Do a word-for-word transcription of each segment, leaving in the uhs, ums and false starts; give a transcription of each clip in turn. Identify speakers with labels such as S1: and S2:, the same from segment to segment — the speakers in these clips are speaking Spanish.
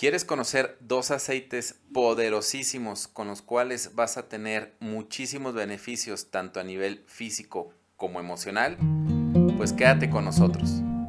S1: ¿Quieres conocer dos aceites poderosísimos con los cuales vas a tener muchísimos beneficios tanto a nivel físico como emocional? Pues quédate con nosotros.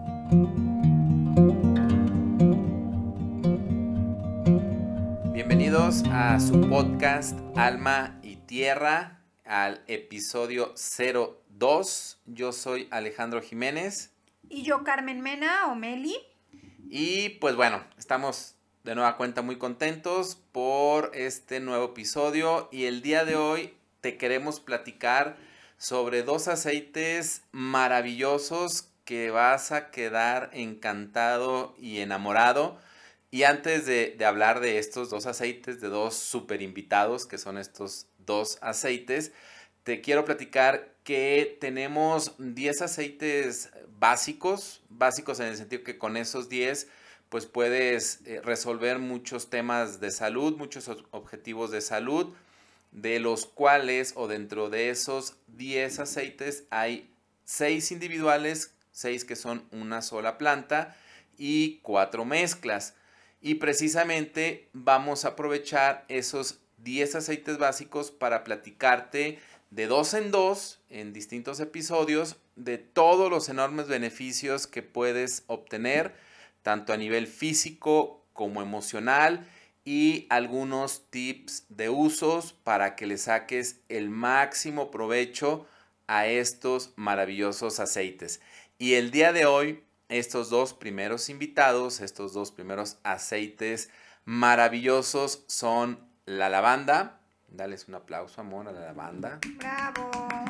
S1: Bienvenidos a su podcast Alma y Tierra, al episodio cero dos. Yo soy Alejandro Jiménez.
S2: Y yo, Carmen Mena o Meli.
S1: Y pues bueno, estamos de nueva cuenta muy contentos por este nuevo episodio. Y el día de hoy te queremos platicar sobre dos aceites maravillosos que vas a quedar encantado y enamorado. Y antes de, de hablar de estos dos aceites, de dos super invitados que son estos dos aceites, te quiero platicar que tenemos diez aceites básicos, básicos en el sentido que con esos diez pues puedes eh, resolver muchos temas de salud, muchos objetivos de salud, de los cuales o dentro de esos diez aceites hay seis individuales, seis que son una sola planta y cuatro mezclas. Y precisamente vamos a aprovechar esos diez aceites básicos para platicarte de dos en dos, en distintos episodios, de todos los enormes beneficios que puedes obtener, tanto a nivel físico como emocional, y algunos tips de usos para que le saques el máximo provecho a estos maravillosos aceites. Y el día de hoy, estos dos primeros invitados, estos dos primeros aceites maravillosos son la lavanda. Dales un aplauso, amor, a la lavanda.
S2: ¡Bravo!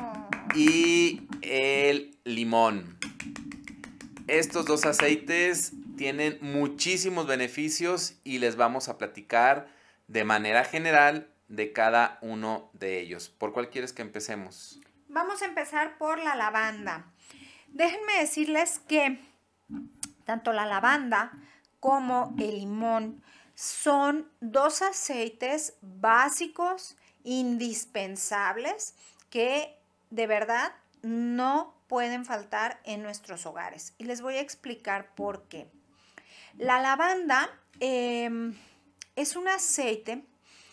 S1: Y el limón. Estos dos aceites tienen muchísimos beneficios y les vamos a platicar de manera general de cada uno de ellos. ¿Por cuál quieres que empecemos?
S2: Vamos a empezar por la lavanda. Déjenme decirles que tanto la lavanda como el limón son dos aceites básicos, indispensables, que de verdad no pueden faltar en nuestros hogares. Y les voy a explicar por qué. La lavanda eh, es un aceite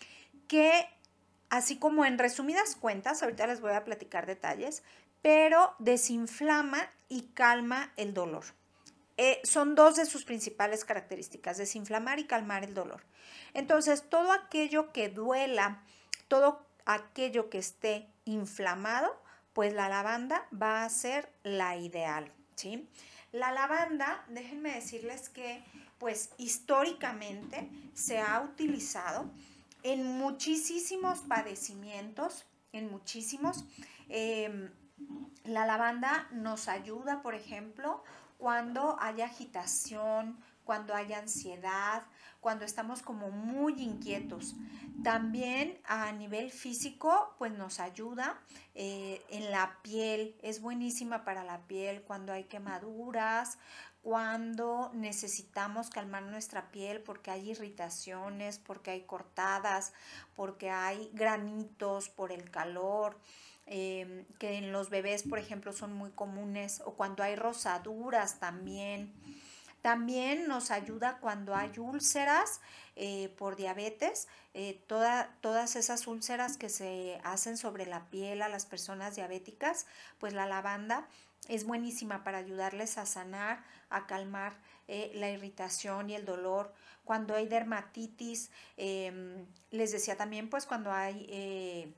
S2: que, así como en resumidas cuentas, ahorita les voy a platicar detalles, pero desinflama y calma el dolor. Eh, son dos de sus principales características, desinflamar y calmar el dolor. Entonces, todo aquello que duela, todo aquello que esté inflamado, pues la lavanda va a ser la ideal, ¿sí? La lavanda, déjenme decirles que, pues históricamente se ha utilizado en muchísimos padecimientos, en muchísimos. Eh, la lavanda nos ayuda, por ejemplo, cuando hay agitación, cuando hay ansiedad, cuando estamos como muy inquietos. También a nivel físico, pues nos ayuda eh, en la piel, es buenísima para la piel cuando hay quemaduras, cuando necesitamos calmar nuestra piel porque hay irritaciones, porque hay cortadas, porque hay granitos por el calor. Eh, que en los bebés, por ejemplo, son muy comunes, o cuando hay rosaduras también. También nos ayuda cuando hay úlceras eh, por diabetes, eh, toda, todas esas úlceras que se hacen sobre la piel a las personas diabéticas, pues la lavanda es buenísima para ayudarles a sanar, a calmar eh, la irritación y el dolor. Cuando hay dermatitis, eh, les decía también, pues cuando hay... Eh,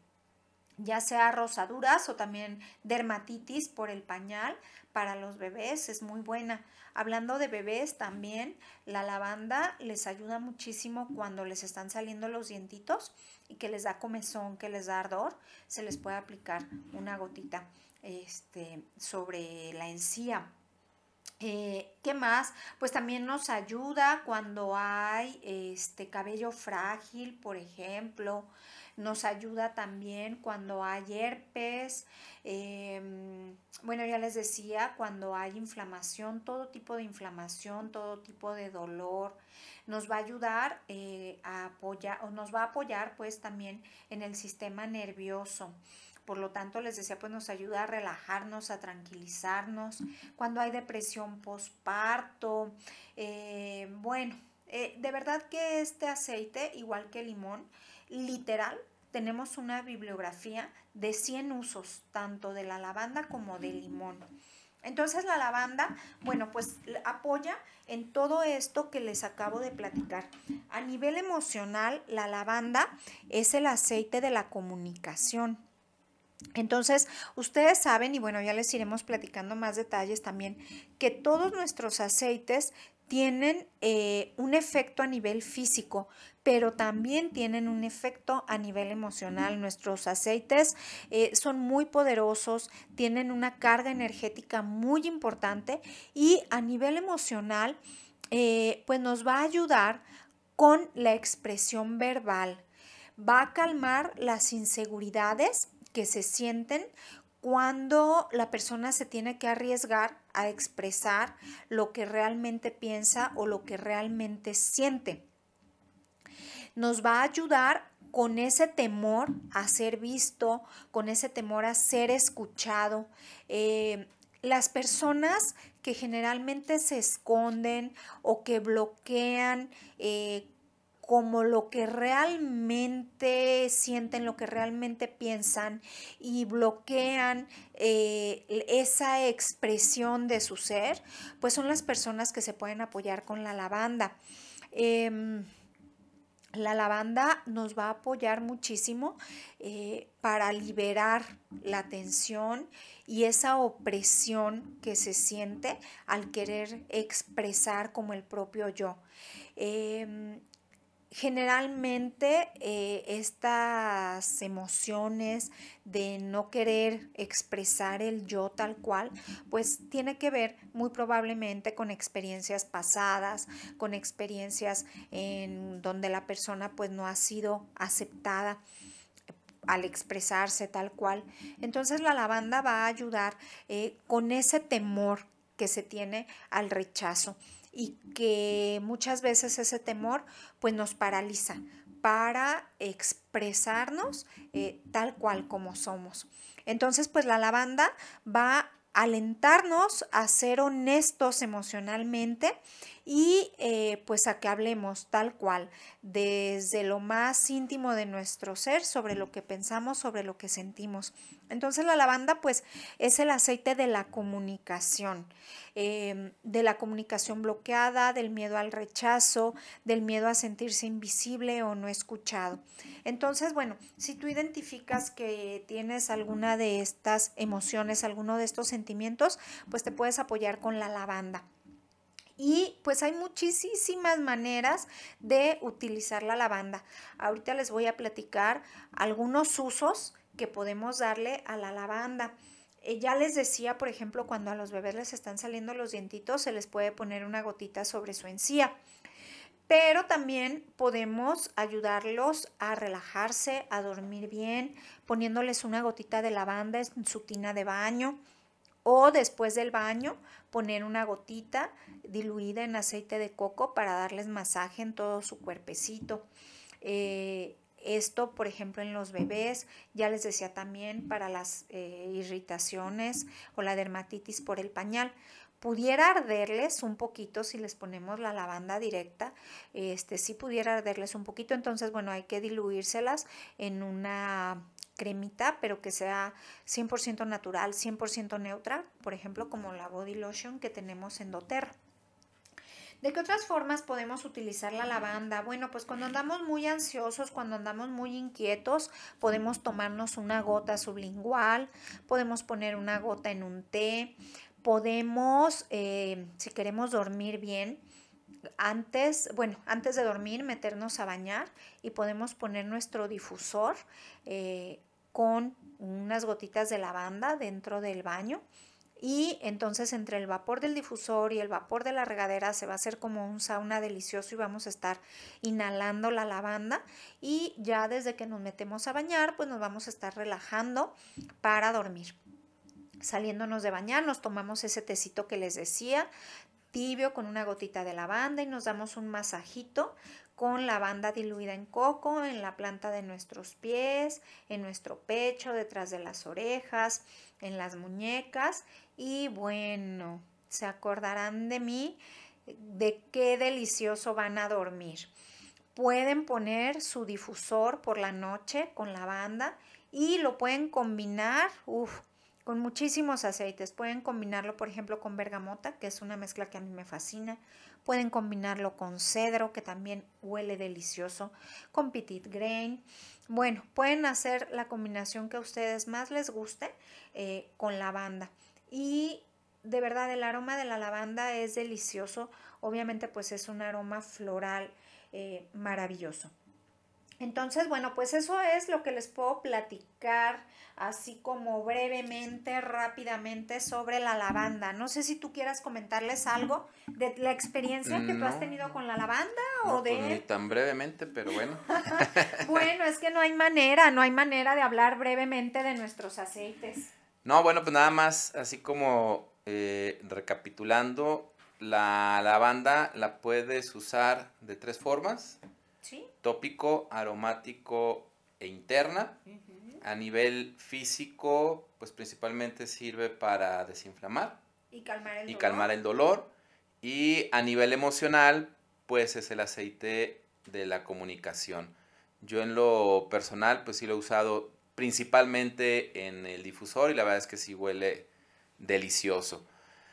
S2: ya sea rosaduras o también dermatitis por el pañal, para los bebés es muy buena. Hablando de bebés también, la lavanda les ayuda muchísimo cuando les están saliendo los dientitos y que les da comezón, que les da ardor, se les puede aplicar una gotita este, sobre la encía. Eh, ¿Qué más? Pues también nos ayuda cuando hay este cabello frágil, por ejemplo. Nos ayuda también cuando hay herpes. Eh, bueno, ya les decía, cuando hay inflamación, todo tipo de inflamación, todo tipo de dolor. Nos va a ayudar eh, a apoyar, o nos va a apoyar pues también en el sistema nervioso. Por lo tanto, les decía, pues nos ayuda a relajarnos, a tranquilizarnos. Cuando hay depresión postparto, eh, bueno, Eh, de verdad que este aceite, igual que el limón, literal, tenemos una bibliografía de cien usos, tanto de la lavanda como del limón. Entonces la lavanda, bueno, pues apoya en todo esto que les acabo de platicar. A nivel emocional, la lavanda es el aceite de la comunicación. Entonces, ustedes saben, y bueno, ya les iremos platicando más detalles también, que todos nuestros aceites tienen eh, un efecto a nivel físico, pero también tienen un efecto a nivel emocional. Nuestros aceites eh, son muy poderosos, tienen una carga energética muy importante y a nivel emocional, eh, pues nos va a ayudar con la expresión verbal. Va a calmar las inseguridades que se sienten cuando la persona se tiene que arriesgar a expresar lo que realmente piensa o lo que realmente siente. Nos va a ayudar con ese temor a ser visto, con ese temor a ser escuchado. Eh, las personas que generalmente se esconden o que bloquean eh, como lo que realmente sienten, lo que realmente piensan y bloquean eh, esa expresión de su ser, pues son las personas que se pueden apoyar con la lavanda. Eh, La lavanda nos va a apoyar muchísimo eh, para liberar la tensión y esa opresión que se siente al querer expresar como el propio yo. Eh, Generalmente eh, estas emociones de no querer expresar el yo tal cual, pues tiene que ver muy probablemente con experiencias pasadas, con experiencias en donde la persona pues no ha sido aceptada al expresarse tal cual. Entonces la lavanda va a ayudar eh, con ese temor que se tiene al rechazo y que muchas veces ese temor pues nos paraliza para expresarnos eh, tal cual como somos. Entonces pues la lavanda va a alentarnos a ser honestos emocionalmente y eh, pues a que hablemos tal cual desde lo más íntimo de nuestro ser sobre lo que pensamos, sobre lo que sentimos. Entonces la lavanda pues es el aceite de la comunicación, eh, de la comunicación bloqueada, del miedo al rechazo, del miedo a sentirse invisible o no escuchado. Entonces, bueno, si tú identificas que tienes alguna de estas emociones, alguno de estos sentimientos, pues te puedes apoyar con la lavanda. Y pues hay muchísimas maneras de utilizar la lavanda. Ahorita les voy a platicar algunos usos que podemos darle a la lavanda. Eh, ya les decía, por ejemplo, cuando a los bebés les están saliendo los dientitos, se les puede poner una gotita sobre su encía. Pero también podemos ayudarlos a relajarse, a dormir bien, poniéndoles una gotita de lavanda en su tina de baño. O después del baño poner una gotita diluida en aceite de coco para darles masaje en todo su cuerpecito. Eh, esto, por ejemplo, en los bebés, ya les decía también para las eh, irritaciones o la dermatitis por el pañal. Pudiera arderles un poquito si les ponemos la lavanda directa, este sí pudiera arderles un poquito, entonces bueno, hay que diluírselas en una cremita, pero que sea cien por ciento natural, cien por ciento neutra, por ejemplo, como la body lotion que tenemos en doTERRA. ¿De qué otras formas podemos utilizar la lavanda? Bueno, pues cuando andamos muy ansiosos, cuando andamos muy inquietos, podemos tomarnos una gota sublingual, podemos poner una gota en un té, podemos, eh, si queremos dormir bien, antes, bueno, antes de dormir, meternos a bañar y podemos poner nuestro difusor eh, con unas gotitas de lavanda dentro del baño. Y entonces entre el vapor del difusor y el vapor de la regadera se va a hacer como un sauna delicioso y vamos a estar inhalando la lavanda y ya desde que nos metemos a bañar pues nos vamos a estar relajando para dormir. Saliéndonos de bañar nos tomamos ese tecito que les decía, tibio con una gotita de lavanda y nos damos un masajito con lavanda diluida en coco en la planta de nuestros pies, en nuestro pecho, detrás de las orejas, en las muñecas y bueno, se acordarán de mí de qué delicioso van a dormir. Pueden poner su difusor por la noche con lavanda y lo pueden combinar, uf, con muchísimos aceites. Pueden combinarlo, por ejemplo, con bergamota, que es una mezcla que a mí me fascina. Pueden combinarlo con cedro, que también huele delicioso, con petit grain. Bueno, pueden hacer la combinación que a ustedes más les guste eh, con lavanda. Y de verdad, el aroma de la lavanda es delicioso. Obviamente, pues es un aroma floral eh, maravilloso. Entonces, bueno, pues eso es lo que les puedo platicar así como brevemente, rápidamente sobre la lavanda. No sé si tú quieras comentarles algo de la experiencia que tú has
S1: No,
S2: tenido con la lavanda o
S1: no,
S2: de...
S1: pues ni tan brevemente, pero bueno.
S2: Bueno, es que no hay manera, no hay manera de hablar brevemente de nuestros aceites.
S1: No, bueno, pues nada más, así como eh, recapitulando, la lavanda la puedes usar de tres formas:
S2: ¿Sí?
S1: tópico, aromático e interna.
S2: Uh-huh.
S1: A nivel físico, pues principalmente sirve para desinflamar
S2: Y calmar el
S1: y
S2: dolor.
S1: calmar el dolor. Y a nivel emocional, pues es el aceite de la comunicación. Yo en lo personal, pues sí lo he usado principalmente en el difusor y la verdad es que sí huele delicioso.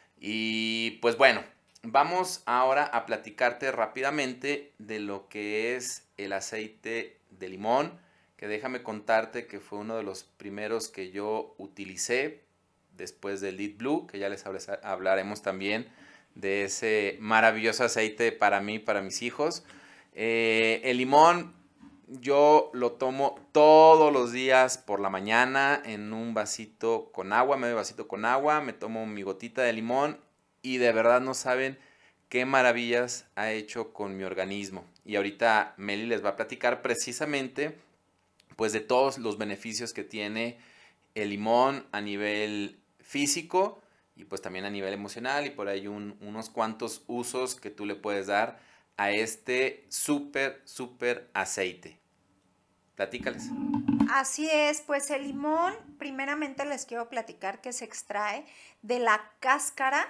S1: Y pues bueno, vamos ahora a platicarte rápidamente de lo que es el aceite de limón, que déjame contarte que fue uno de los primeros que yo utilicé después del Lead Blue, que ya les hablaremos también de ese maravilloso aceite para mí, para mis hijos. Eh, el limón yo lo tomo todos los días por la mañana en un vasito con agua, medio vasito con agua, me tomo mi gotita de limón y de verdad no saben qué maravillas ha hecho con mi organismo. Y ahorita Meli les va a platicar precisamente pues de todos los beneficios que tiene el limón a nivel físico y pues también a nivel emocional y por ahí un, unos cuantos usos que tú le puedes dar a este súper, súper aceite. Platícales.
S2: Así es, pues el limón, primeramente les quiero platicar que se extrae de la cáscara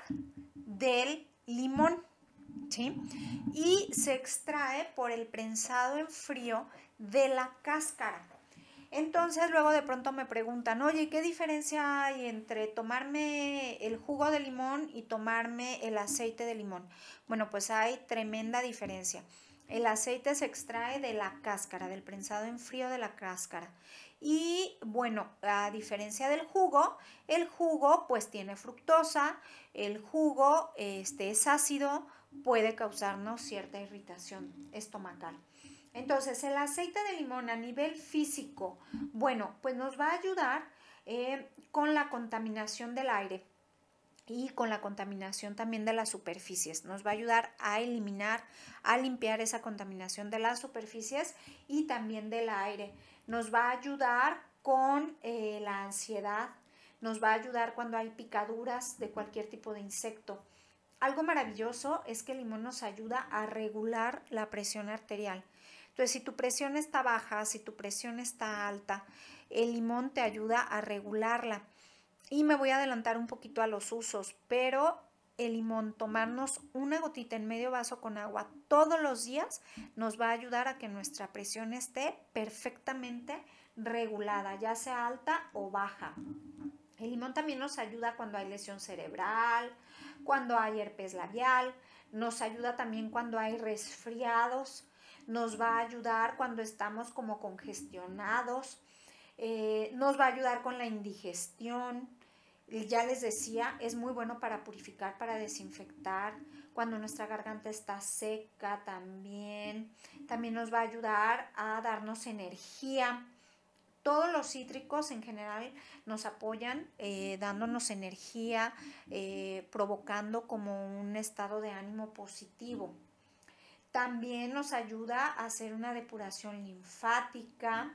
S2: del limón, ¿sí? Y se extrae por el prensado en frío de la cáscara. Entonces luego de pronto me preguntan, oye, ¿qué diferencia hay entre tomarme el jugo de limón y tomarme el aceite de limón? Bueno, pues hay tremenda diferencia. El aceite se extrae de la cáscara, del prensado en frío de la cáscara. Y bueno, a diferencia del jugo, el jugo pues tiene fructosa, el jugo este, es ácido, puede causarnos cierta irritación estomacal. Entonces, el aceite de limón a nivel físico, bueno, pues nos va a ayudar eh, con la contaminación del aire y con la contaminación también de las superficies. Nos va a ayudar a eliminar, a limpiar esa contaminación de las superficies y también del aire. Nos va a ayudar con eh, la ansiedad, nos va a ayudar cuando hay picaduras de cualquier tipo de insecto. Algo maravilloso es que el limón nos ayuda a regular la presión arterial. Entonces, si tu presión está baja, si tu presión está alta, el limón te ayuda a regularla. Y me voy a adelantar un poquito a los usos, pero el limón, tomarnos una gotita en medio vaso con agua todos los días, nos va a ayudar a que nuestra presión esté perfectamente regulada, ya sea alta o baja. El limón también nos ayuda cuando hay lesión cerebral, cuando hay herpes labial, nos ayuda también cuando hay resfriados, nos va a ayudar cuando estamos como congestionados, eh, nos va a ayudar con la indigestión. Ya les decía, es muy bueno para purificar, para desinfectar, cuando nuestra garganta está seca también. También nos va a ayudar a darnos energía. Todos los cítricos en general nos apoyan eh, dándonos energía, eh, provocando como un estado de ánimo positivo. También nos ayuda a hacer una depuración linfática.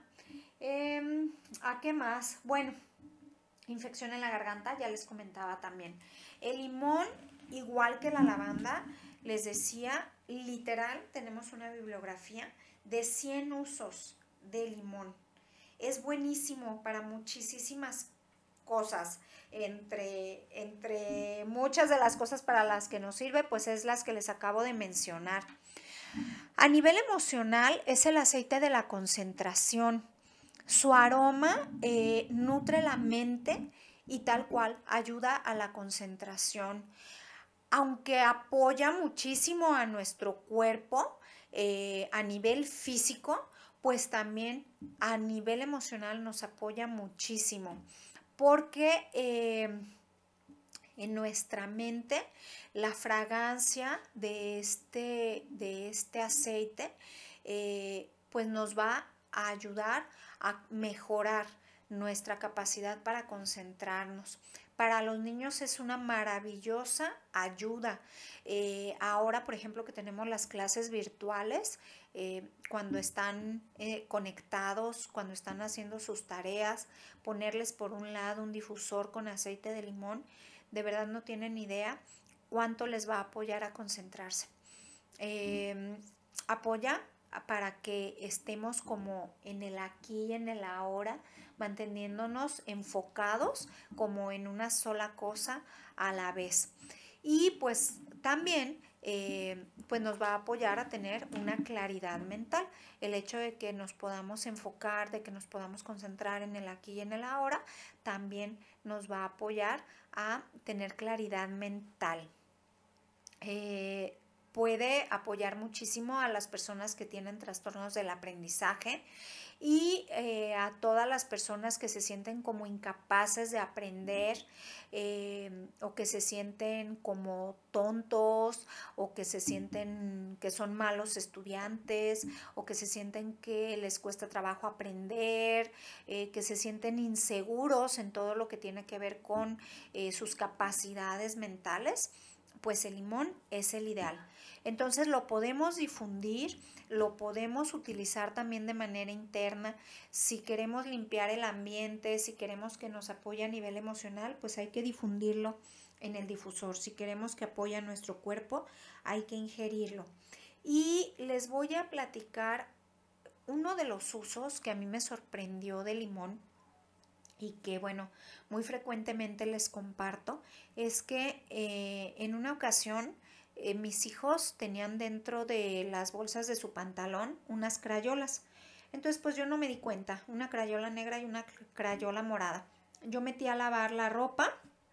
S2: Eh, ¿A qué más? Bueno, infección en la garganta, ya les comentaba también. El limón, igual que la lavanda, les decía, literal, tenemos una bibliografía de cien usos de limón. Es buenísimo para muchísimas cosas. Entre, entre muchas de las cosas para las que nos sirve, pues es las que les acabo de mencionar. A nivel emocional es el aceite de la concentración. Su aroma eh, nutre la mente y tal cual ayuda a la concentración. Aunque apoya muchísimo a nuestro cuerpo eh, a nivel físico, pues también a nivel emocional nos apoya muchísimo. Porque eh, en nuestra mente la fragancia de este, de este aceite eh, pues nos va a ayudar a mejorar nuestra capacidad para concentrarnos. Para los niños es una maravillosa ayuda. Eh, ahora, por ejemplo, que tenemos las clases virtuales, eh, cuando están eh, conectados, cuando están haciendo sus tareas, ponerles por un lado un difusor con aceite de limón, de verdad no tienen idea cuánto les va a apoyar a concentrarse. Eh, apoya para que estemos como en el aquí y en el ahora, manteniéndonos enfocados como en una sola cosa a la vez. Y pues también eh, pues nos va a apoyar a tener una claridad mental. El hecho de que nos podamos enfocar, de que nos podamos concentrar en el aquí y en el ahora, también nos va a apoyar a tener claridad mental. Eh, puede apoyar muchísimo a las personas que tienen trastornos del aprendizaje y eh, a todas las personas que se sienten como incapaces de aprender eh, o que se sienten como tontos o que se sienten que son malos estudiantes o que se sienten que les cuesta trabajo aprender, eh, que se sienten inseguros en todo lo que tiene que ver con eh, sus capacidades mentales. Pues el limón es el ideal. Entonces lo podemos difundir, lo podemos utilizar también de manera interna. Si queremos limpiar el ambiente, si queremos que nos apoye a nivel emocional, pues hay que difundirlo en el difusor. Si queremos que apoye a nuestro cuerpo, hay que ingerirlo. Y les voy a platicar uno de los usos que a mí me sorprendió del limón y que bueno, muy frecuentemente les comparto, es que eh, en una ocasión eh, mis hijos tenían dentro de las bolsas de su pantalón unas crayolas. Entonces pues yo no me di cuenta, una crayola negra y una crayola morada. Yo metí a lavar la ropa,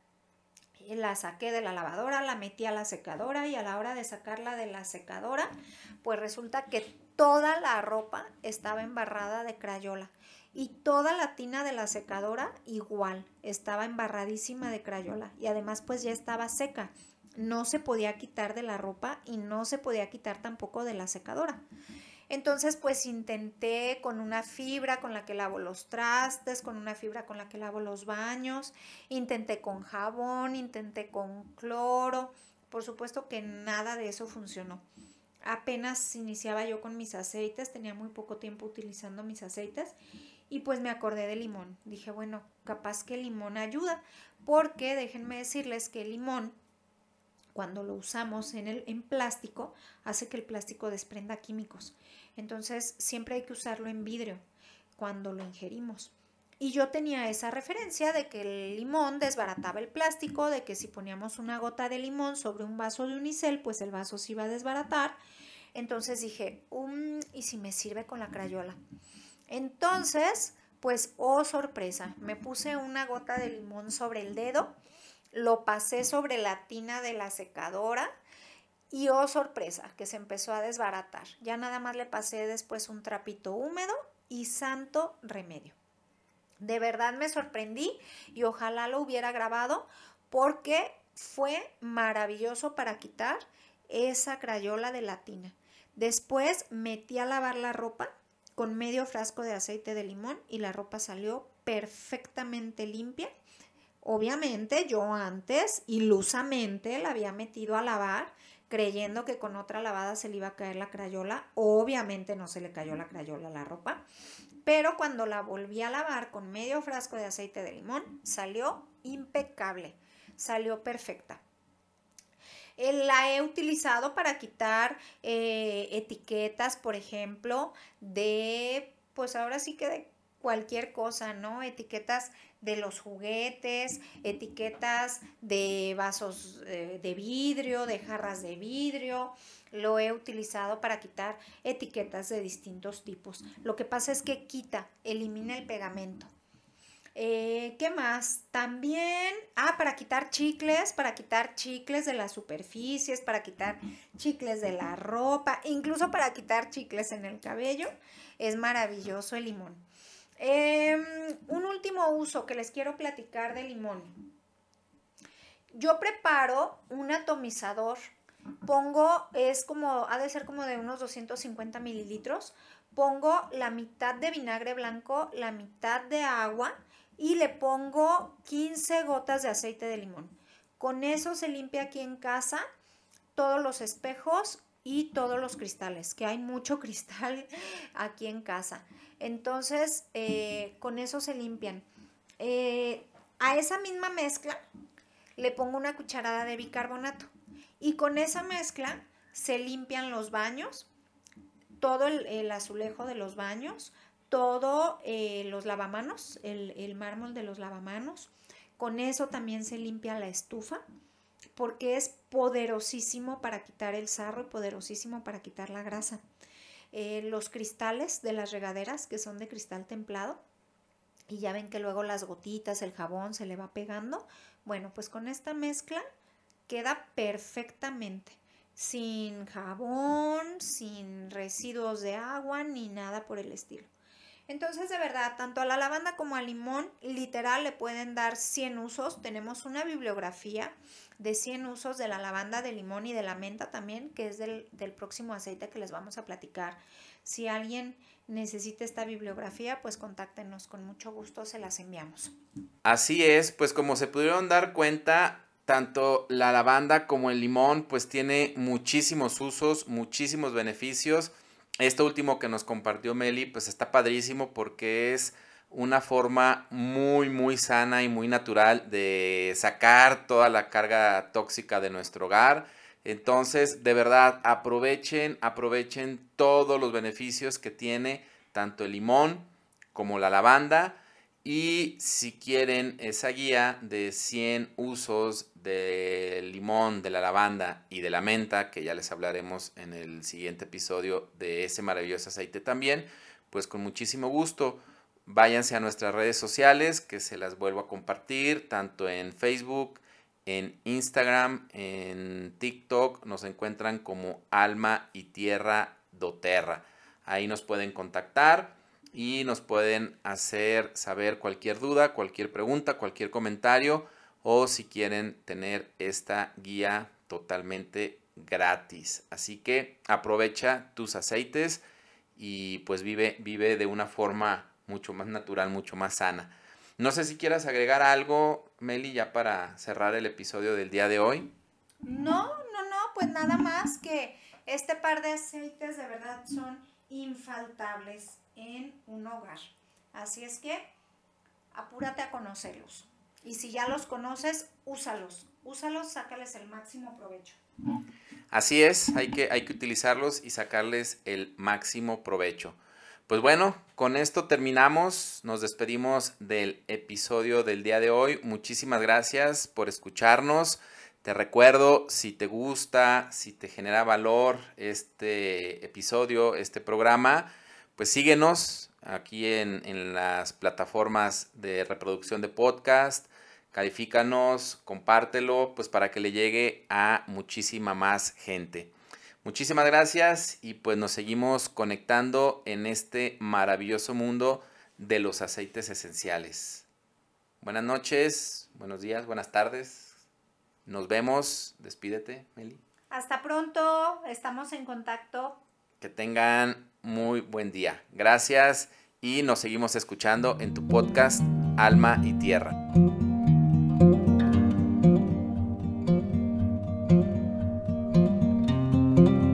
S2: y la saqué de la lavadora, la metí a la secadora y a la hora de sacarla de la secadora, pues resulta que toda la ropa estaba embarrada de crayola. Y toda la tina de la secadora igual, estaba embarradísima de crayola y además pues ya estaba seca. No se podía quitar de la ropa y no se podía quitar tampoco de la secadora. Entonces pues intenté con una fibra con la que lavo los trastes, con una fibra con la que lavo los baños, intenté con jabón, intenté con cloro. Por supuesto que nada de eso funcionó. Apenas iniciaba yo con mis aceites, tenía muy poco tiempo utilizando mis aceites. Y pues me acordé de limón. Dije, bueno, capaz que el limón ayuda, porque déjenme decirles que el limón, cuando lo usamos en, el, en plástico, hace que el plástico desprenda químicos. Entonces, siempre hay que usarlo en vidrio cuando lo ingerimos. Y yo tenía esa referencia de que el limón desbarataba el plástico, de que si poníamos una gota de limón sobre un vaso de unicel, pues el vaso se iba a desbaratar. Entonces dije, um, ¿y si me sirve con la crayola? Entonces, pues, oh sorpresa, me puse una gota de limón sobre el dedo, lo pasé sobre la tina de la secadora y oh sorpresa, que se empezó a desbaratar. Ya nada más le pasé después un trapito húmedo y santo remedio. De verdad me sorprendí y ojalá lo hubiera grabado porque fue maravilloso para quitar esa crayola de la tina. Después metí a lavar la ropa con medio frasco de aceite de limón y la ropa salió perfectamente limpia. Obviamente yo antes ilusamente la había metido a lavar creyendo que con otra lavada se le iba a caer la crayola. Obviamente no se le cayó la crayola a la ropa, pero cuando la volví a lavar con medio frasco de aceite de limón salió impecable, salió perfecta. La he utilizado para quitar eh, etiquetas, por ejemplo, de, pues ahora sí que de cualquier cosa, ¿no? Etiquetas de los juguetes, etiquetas de vasos eh, de vidrio, de jarras de vidrio. Lo he utilizado para quitar etiquetas de distintos tipos. Lo que pasa es que quita, elimina el pegamento. Eh, ¿Qué más? También, ah, para quitar chicles, para quitar chicles de las superficies, para quitar chicles de la ropa, incluso para quitar chicles en el cabello. Es maravilloso el limón. Eh, un último uso que les quiero platicar del limón. Yo preparo un atomizador. Pongo, es como, ha de ser como de unos doscientos cincuenta mililitros. Pongo la mitad de vinagre blanco, la mitad de agua y le pongo quince gotas de aceite de limón. Con eso se limpia aquí en casa todos los espejos y todos los cristales, que hay mucho cristal aquí en casa. Entonces, eh, con eso se limpian. Eh, a esa misma mezcla le pongo una cucharada de bicarbonato y con esa mezcla se limpian los baños, todo el, el azulejo de los baños, todo eh, los lavamanos, el, el mármol de los lavamanos. Con eso también se limpia la estufa, porque es poderosísimo para quitar el sarro y poderosísimo para quitar la grasa. Eh, los cristales de las regaderas, que son de cristal templado, y ya ven que luego las gotitas, el jabón se le va pegando. Bueno, pues con esta mezcla queda perfectamente, sin jabón, sin residuos de agua, ni nada por el estilo. Entonces, de verdad, tanto a la lavanda como al limón, literal, le pueden dar cien usos. Tenemos una bibliografía de cien usos de la lavanda, del limón y de la menta también, que es del, del próximo aceite que les vamos a platicar. Si alguien necesita esta bibliografía, pues contáctenos, con mucho gusto se las enviamos.
S1: Así es, pues como se pudieron dar cuenta, tanto la lavanda como el limón, pues tiene muchísimos usos, muchísimos beneficios. Esto último que nos compartió Meli, pues está padrísimo porque es una forma muy, muy sana y muy natural de sacar toda la carga tóxica de nuestro hogar. Entonces, de verdad, aprovechen, aprovechen todos los beneficios que tiene tanto el limón como la lavanda. Y si quieren esa guía de cien usos del limón, de la lavanda y de la menta, que ya les hablaremos en el siguiente episodio de ese maravilloso aceite también, pues con muchísimo gusto váyanse a nuestras redes sociales, que se las vuelvo a compartir, tanto en Facebook, en Instagram, en TikTok, nos encuentran como Alma y Tierra doTERRA. Ahí nos pueden contactar y nos pueden hacer saber cualquier duda, cualquier pregunta, cualquier comentario, o si quieren tener esta guía totalmente gratis. Así que aprovecha tus aceites y pues vive, vive de una forma mucho más natural, mucho más sana. No sé si quieras agregar algo, Meli, ya para cerrar el episodio del día de hoy.
S2: No, no, no, pues nada más que este par de aceites de verdad son infaltables en un hogar. Así es que apúrate a conocerlos. Y si ya los conoces, úsalos. Úsalos, sácales el máximo provecho.
S1: Así es, hay que, hay que utilizarlos y sacarles el máximo provecho. Pues bueno, con esto terminamos. Nos despedimos del episodio del día de hoy. Muchísimas gracias por escucharnos. Te recuerdo, si te gusta, si te genera valor este episodio, este programa, pues síguenos aquí en, en las plataformas de reproducción de podcast, califícanos, compártelo, pues para que le llegue a muchísima más gente. Muchísimas gracias y pues nos seguimos conectando en este maravilloso mundo de los aceites esenciales. Buenas noches, buenos días, buenas tardes. Nos vemos. Despídete, Meli.
S2: Hasta pronto, estamos en contacto.
S1: Que tengan muy buen día. Gracias y nos seguimos escuchando en tu podcast Alma y Tierra.